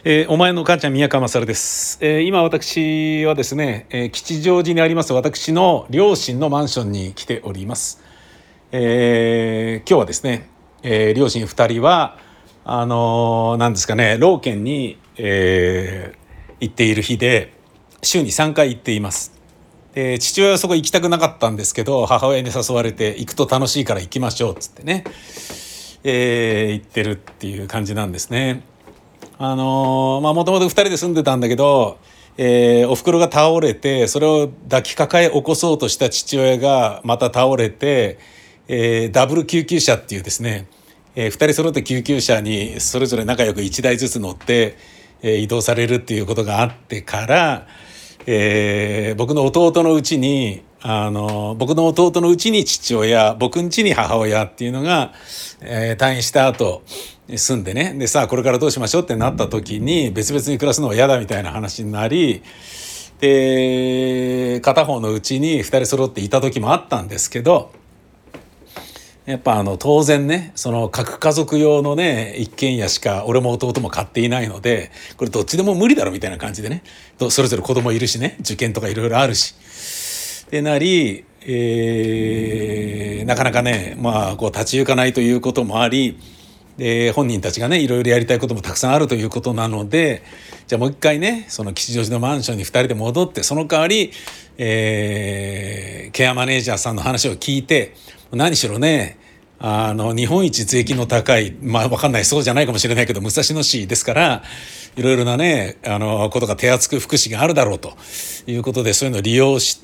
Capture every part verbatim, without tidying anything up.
えーお前の母ちゃん宮川勝です。えー今私はですね、えー吉祥寺にあります私の両親のマンションに来ております。えー今日はですね、えー両親ふたりはあのー、なんですかね、老健に、えー行っている日で、週にさんかい行っています。で父親はそこ行きたくなかったんですけど、母親に誘われて行くと楽しいから行きましょうっつってね、えー行ってるっていう感じなんですね。あのーまあもともとふたりで住んでたんだけど、えーお袋が倒れて、それを抱きかかえ起こそうとした父親がまた倒れて、えーダブル救急車っていうですね、えー、ふたり揃って救急車にそれぞれ仲良くいちだいずつ乗って、えー移動されるっていうことがあってから、えー僕の弟のうちにあの僕の弟のうちに父親、僕ん家に母親っていうのが、えー退院した後住んでね、でさあこれからどうしましょうってなった時に、別々に暮らすのは嫌だみたいな話になり、で片方のうちにふたり揃っていた時もあったんですけど、やっぱあの当然ね、その核家族用のね一軒家しか俺も弟も買っていないので、これどっちでも無理だろみたいな感じでね、それぞれ子供いるしね、受験とかいろいろあるしってなり、えーなかなかね、まあこう立ち行かないということもあり、で本人たちがねいろいろやりたいこともたくさんあるということなので、じゃあもう一回ねその吉祥寺のマンションにふたりで戻って、その代わり、えーケアマネージャーさんの話を聞いて、何しろね、あの日本一税金の高い、まあ分かんない、そうじゃないかもしれないけど武蔵野市ですから、いろいろなねあのことが手厚く福祉があるだろうということで、そういうのを利用して、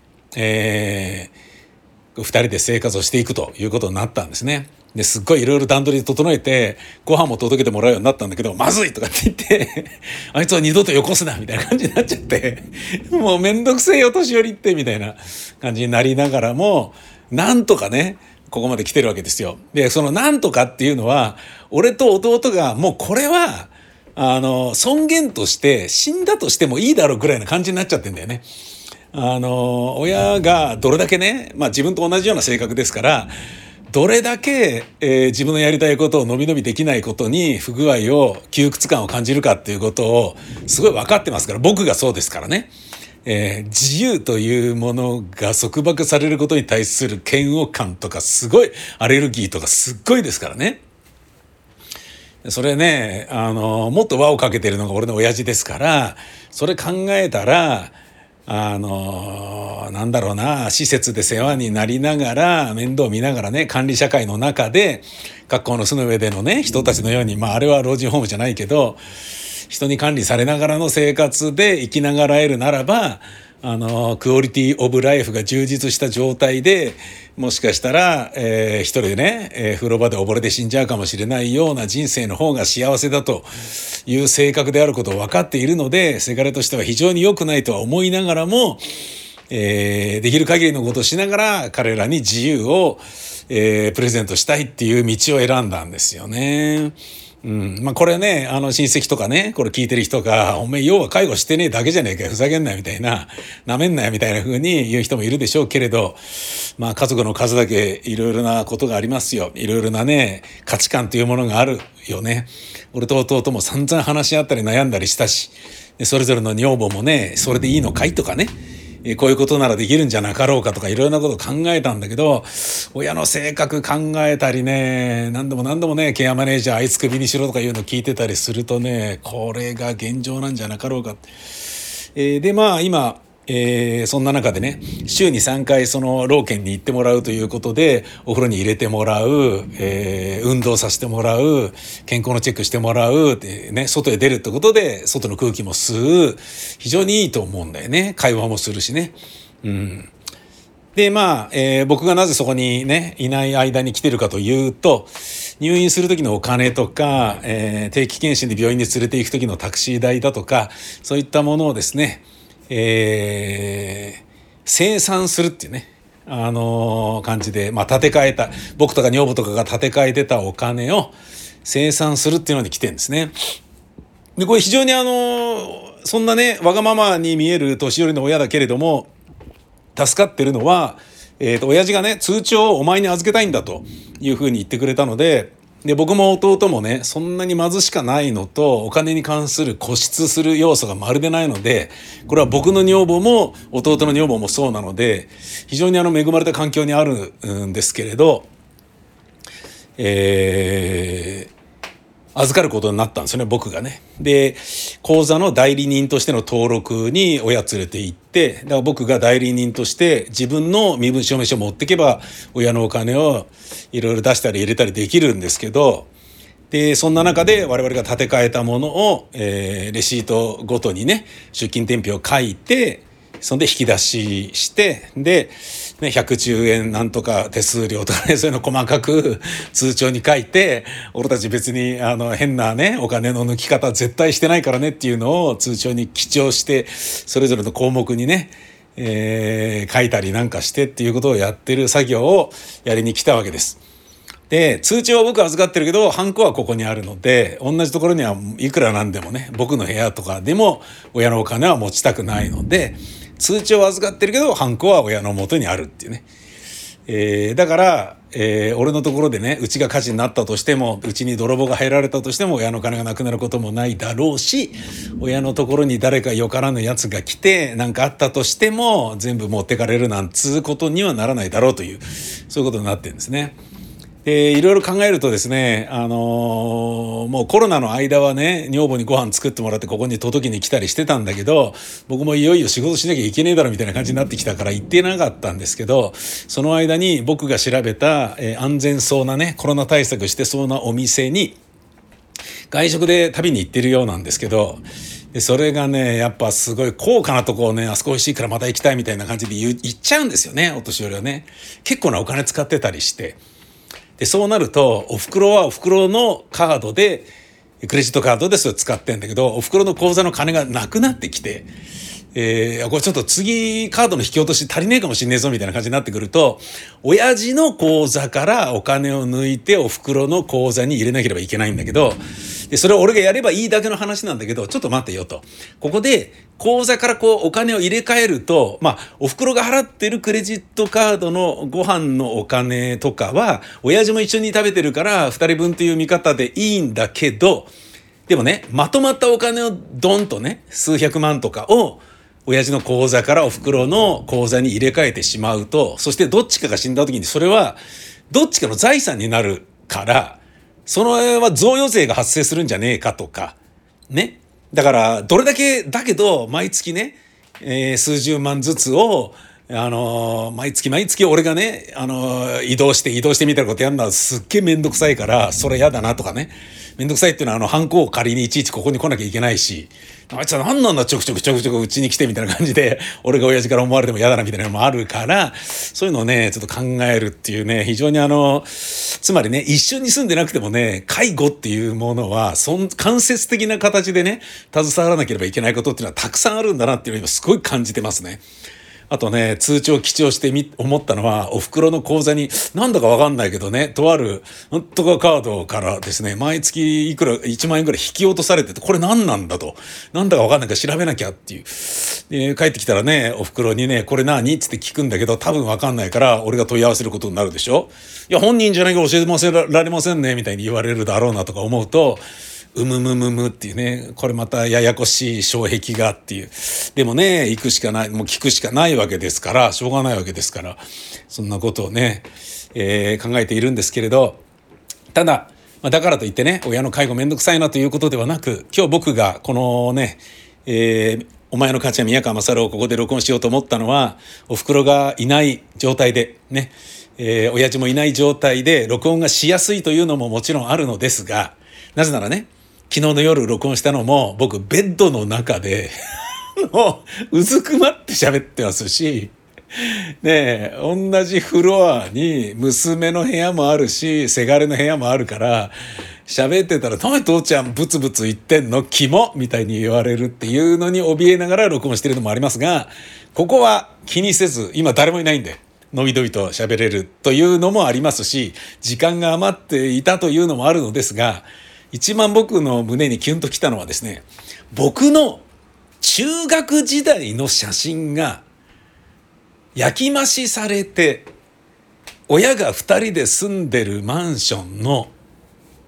えー、ふたりで生活をしていくということになったんですね。ですっごいいろいろ段取り整えてご飯も届けてもらうようになったんだけど、まずいとかって言ってあいつは二度とよこすなみたいな感じになっちゃって、もうめんどくせえよ年寄りってみたいな感じになりながらも、なんとかねここまで来てるわけですよ。でそのなんとかっていうのは、俺と弟がもうこれはあの尊厳として死んだとしてもいいだろうぐらいな感じになっちゃってんだよね。あの親がどれだけね、まあ自分と同じような性格ですから、どれだけ、えー自分のやりたいことをのびのびできないことに不具合を窮屈感を感じるかっていうことをすごい分かってますから、僕がそうですからね、えー自由というものが束縛されることに対する嫌悪感とか、すごいアレルギーとかすっごいですからね。それね、あのもっと輪をかけてるのが俺の親父ですから、それ考えたら、あのなんだろうな、施設で世話になりながら面倒見ながらね、管理社会の中で学校の巣の上でのね人たちのように、まああれは老人ホームじゃないけど、人に管理されながらの生活で生きながらえるならば、あのクオリティオブライフが充実した状態で、もしかしたら、えー一人でね、えー風呂場で溺れて死んじゃうかもしれないような人生の方が幸せだという性格であることを分かっているので、せがれとしては非常に良くないとは思いながらも、えーできる限りのことをしながら彼らに自由を、えープレゼントしたいっていう道を選んだんですよね。うんまあ、これね、あの親戚とかねこれ聞いてる人が「おめえ要は介護してねえだけじゃねえかよ、ふざけんなよ」みたいな、なめんなよみたいな風に言う人もいるでしょうけれど、まあ家族の数だけいろいろなことがありますよ。いろいろなね価値観というものがあるよね。俺と弟も散々話し合ったり悩んだりしたし、それぞれの女房もねそれでいいのかいとかね、こういうことならできるんじゃなかろうかとか、いろいろなことを考えたんだけど、親の性格考えたりね、何度も何度もねケアマネージャーあいつクビにしろとかいうのを聞いてたりするとね、これが現状なんじゃなかろうか。えーでまあ今、えーそんな中でね、週にさんかいその老健に行ってもらうということで、お風呂に入れてもらう、えー運動させてもらう、健康のチェックしてもらうで、ね、外へ出るってことで外の空気も吸う、非常にいいと思うんだよね。会話もするしね。うんでまあ、えー僕がなぜそこにねいない間に来てるかというと、入院する時のお金とか、えー定期検診で病院に連れて行く時のタクシー代だとか、そういったものをですね、えー清算するっていうね、あのー感じで、まあ、立て替えた、僕とか女房とかが立て替えてたお金を清算するっていうのに来てるんですね。でこれ非常にあのーそんなねわがままに見える年寄りの親だけれども、助かってるのは、えーと親父がね通帳をお前に預けたいんだというふうに言ってくれたので、 で僕も弟もねそんなに貧しかないのと、お金に関する固執する要素がまるでないので、これは僕の女房も弟の女房もそうなので、非常にあの恵まれた環境にあるんですけれど、えー預かることになったんですよね、僕がね。で口座の代理人としての登録に親連れて行って、だから僕が代理人として自分の身分証明書を持ってけば親のお金をいろいろ出したり入れたりできるんですけど、でそんな中で我々が立て替えたものを、えー、レシートごとにね出金伝票を書いて、そんで引き出しして、で、ね、ひゃくじゅうえんなんとか手数料とかね、そういうの細かく通帳に書いて、俺たち別にあの変なねお金の抜き方絶対してないからねっていうのを通帳に記帳して、それぞれの項目にね、えー、書いたりなんかしてっていうことをやってる作業をやりに来たわけです。で通帳は僕は預かってるけどハンコはここにあるので、同じところにはいくらなんでもね、僕の部屋とかでも親のお金は持ちたくないので、通帳は預かってるけどハンコは親の元にあるっていうね、えー、だから、えー、俺のところでねうちが火事になったとしても、うちに泥棒が入られたとしても親の金がなくなることもないだろうし、親のところに誰かよからぬやつが来て何かあったとしても全部持ってかれるなんつうことにはならないだろうという、そういうことになってるんですね。でいろいろ考えるとですね、あのー、もうコロナの間はね女房にご飯作ってもらってここに届けに来たりしてたんだけど、僕もいよいよ仕事しなきゃいけねえだろみたいな感じになってきたから行ってなかったんですけど、その間に僕が調べた、えー、安全そうなねコロナ対策してそうなお店に外食で食べに行ってるようなんですけど、でそれがねやっぱすごい高価なとこをね、あそこ美味しいからまた行きたいみたいな感じで言っちゃうんですよね、お年寄りはね。結構なお金使ってたりして、でそうなるとおふくろはおふくろのカードでクレジットカードでそれ使ってんだけど、おふくろの口座の金がなくなってきて、えー、これちょっと次カードの引き落とし足りねえかもしんねえぞみたいな感じになってくると、親父の口座からお金を抜いておふくろの口座に入れなければいけないんだけど、でそれを俺がやればいいだけの話なんだけど、ちょっと待ってよと、ここで口座からこうお金を入れ替えると、まあおふくろが払ってるクレジットカードのご飯のお金とかは親父も一緒に食べてるからふたりぶんという見方でいいんだけど、でもねまとまったお金をドンとね数百万とかを親父の口座からおふくろの口座に入れ替えてしまうと、そしてどっちかが死んだ時にそれはどっちかの財産になるから、そのは贈与税が発生するんじゃねえかとかね。だからどれだけだけど毎月ね、えー、数十万ずつをあのー、毎月毎月俺がね、あのー、移動して移動してみたいなことやるのはすっげえめんどくさいから、それやだなとかね。めんどくさいっていうのはあのハンコを借りにいちいちここに来なきゃいけないし、あいつは何なんだちょくちょくちょくちょくうちに来てみたいな感じで俺が親父から思われても嫌だなみたいなのもあるから、そういうのをねちょっと考えるっていうね、非常にあのつまりね一緒に住んでなくてもね介護っていうものはそん間接的な形でね携わらなければいけないことっていうのはたくさんあるんだなっていうのを今すごい感じてますね。あとね通帳記帳してみ思ったのは、お袋の口座になんだかわかんないけどね、とあるなんとかカードからですね毎月いくらいちまん円ぐらい引き落とされてて、これ何なんだと、なんだかわかんないから調べなきゃっていう。で帰ってきたらねお袋にねこれ何って聞くんだけど、多分わかんないから俺が問い合わせることになるでしょ。いや本人じゃないか教えてませられませんねみたいに言われるだろうなとか思うと、うむむむむっていうね、これまたややこしい障壁がっていう。でもね行くしかない、もう聞くしかないわけですから、しょうがないわけですから、そんなことをね、えー、考えているんですけれど、ただ、まあ、だからといってね親の介護めんどくさいなということではなく、今日僕がこのね、えー、お前の母ちゃん宮川勝をここで録音しようと思ったのは、お袋がいない状態でね、えー、親父もいない状態で録音がしやすいというのももちろんあるのですが、なぜならね昨日の夜録音したのも僕ベッドの中でもううずくまって喋ってますし、ねえ同じフロアに娘の部屋もあるしせがれの部屋もあるから、喋ってたら「何父ちゃんブツブツ言ってんのキモ」みたいに言われるっていうのに怯えながら録音してるのもありますが、ここは気にせず今誰もいないんでのびのびと喋れるというのもありますし、時間が余っていたというのもあるのですが、一番僕の胸にキュンときたのはですね、僕の中学時代の写真が焼き増しされて親がふたりで住んでるマンションの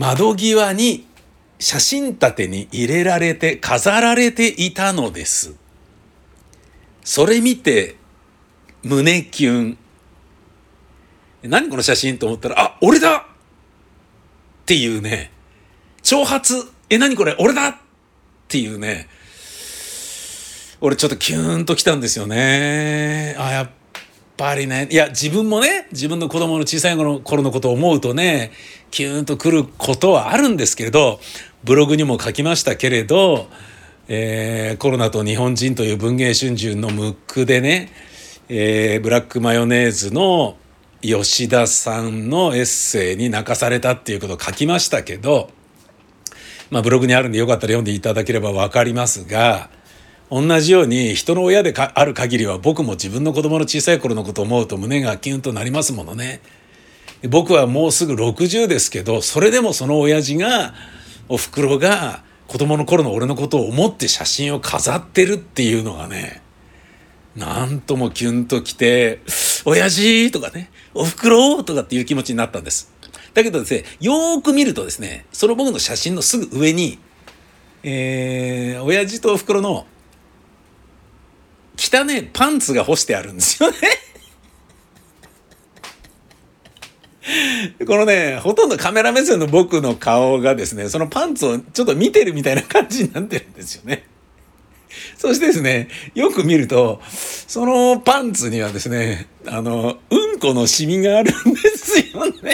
窓際に写真立てに入れられて飾られていたのです。それ見て胸キュン。何この写真と思ったら、あ、俺だっていうね、挑発、え、何これ俺だっていうね、俺ちょっとキューンときたんですよね。あ、やっぱりね、いや自分もね、自分の子供の小さい頃のことを思うとね、キューンとくることはあるんですけれど、ブログにも書きましたけれど、えー、コロナと日本人という文藝春秋のムックでね、えー、ブラックマヨネーズの吉田さんのエッセイに泣かされたっていうことを書きましたけど、まあブログにあるんでよかったら読んでいただければ分かりますが、同じように人の親である限りは僕も自分の子供の小さい頃のことを思うと胸がキュンとなりますものね。僕はもうすぐろくじゅうですけど、それでもその親父が、おふくろが子供の頃の俺のことを思って写真を飾ってるっていうのがね、なんともキュンときて、親父とかね、おふくろとかっていう気持ちになったんです。だけどですね、よーく見るとですね、その僕の写真のすぐ上に、えー、親父とおふくろの汚ねパンツが干してあるんですよね。このね、ほとんどカメラ目線の僕の顔がですね、そのパンツをちょっと見てるみたいな感じになってるんですよね。そしてですね、よく見ると、そのパンツにはですね、あの、うんこのシミがあるんですよね。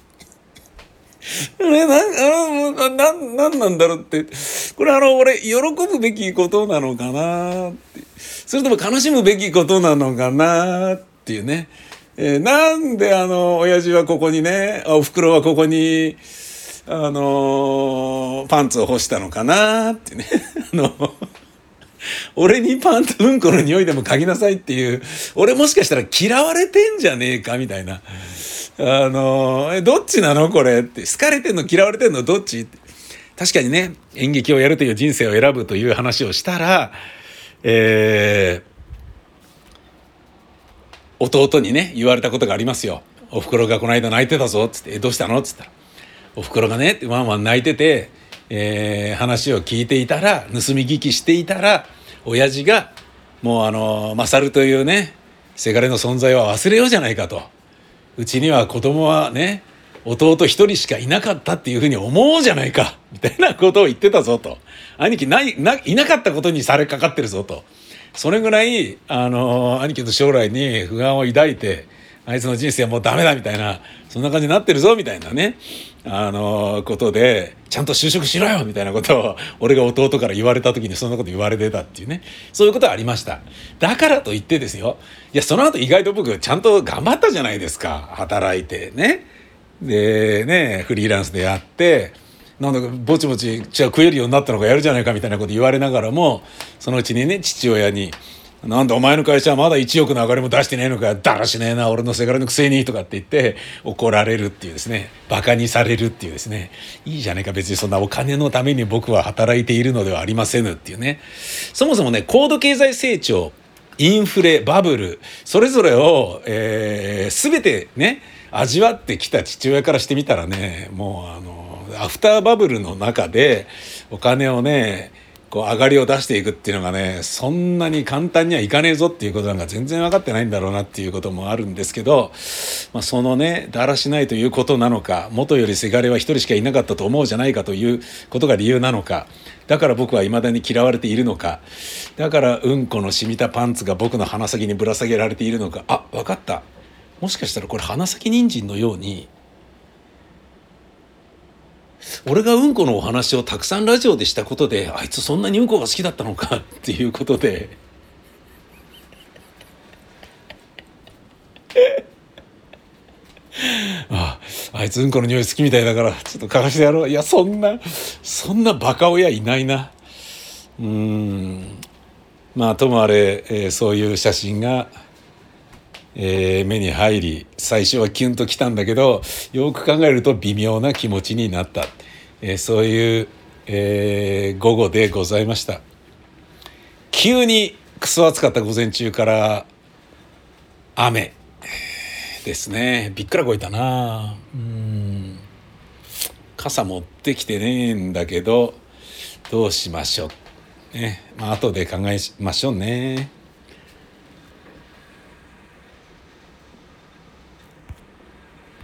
これな、な、な、なんなんだろうって。これあの、俺、喜ぶべきことなのかなって。それとも悲しむべきことなのかなっていうね。えー、なんであの、親父はここにね、おふくろはここに、あのー、パンツを干したのかなってね。あの、俺にパンツ、うんこの匂いでも嗅ぎなさいっていう、俺もしかしたら嫌われてんじゃねえかみたいな。あの、え、どっちなのこれって。好かれてんの嫌われてんのどっちって。確かにね、演劇をやるという人生を選ぶという話をしたら、えー、弟にね、言われたことがありますよ。おふくろがこの間泣いてたぞっつって、え、どうしたのっつったら、おふくろがね、ワンワン泣いてて、えー、話を聞いていたら、盗み聞きしていたら、親父が、もうあの、マサルというね、せがれの存在は忘れようじゃないかと。うちには子供はね、弟一人しかいなかったっていうふうに思うじゃないか、みたいなことを言ってたぞと。兄貴ない、な、いなかったことにされかかってるぞと。それぐらい、あの、兄貴の将来に不安を抱いて、あいつの人生はもうダメだみたいな、そんな感じになってるぞみたいなね、あのことで、ちゃんと就職しろよみたいなことを俺が弟から言われた時にそんなこと言われてたっていうね、そういうことはありました。だからといってですよ、いやその後意外と僕ちゃんと頑張ったじゃないですか。働いてね、でね、フリーランスでやって、なんだかぼちぼちじゃあ食えるようになったのかやるじゃないかみたいなこと言われながらも、そのうちにね、父親に、なんだお前の会社はまだいちおくの上がりも出してねえのか、だらしねえな俺のせがれのくせにとかって言って怒られるっていうですね、バカにされるっていうですね、いいじゃねえか別にそんなお金のために僕は働いているのではありませぬっていうね。そもそもね、高度経済成長、インフレ、バブル、それぞれを、えー、全てね味わってきた父親からしてみたらね、もうあのアフターバブルの中でお金をねこう上がりを出していくっていうのがね、そんなに簡単にはいかねえぞっていうことなんか全然分かってないんだろうなっていうこともあるんですけど、まあ、そのねだらしないということなのか、元よりせがれは一人しかいなかったと思うじゃないかということが理由なのか、だから僕は未だに嫌われているのか、だからうんこの染みたパンツが僕の鼻先にぶら下げられているのか。あ、分かった。もしかしたらこれ鼻先人参のように、俺がうんこのお話をたくさんラジオでしたことで、あいつそんなにうんこが好きだったのかっていうことでああ、あいつうんこの匂い好きみたいだからちょっと嗅がしてやろう。いやそんなそんなバカ親いないな。うーん、まあともあれ、えー、そういう写真が、えー、目に入り、最初はキュンときたんだけど、よく考えると微妙な気持ちになった、えー、そういう、えー、午後でございました。急にクソ暑かった午前中から雨ですね。びっくらこいたな。うーん、 傘持ってきてねえんだけどどうしましょうね。まあ後で考えましょうね。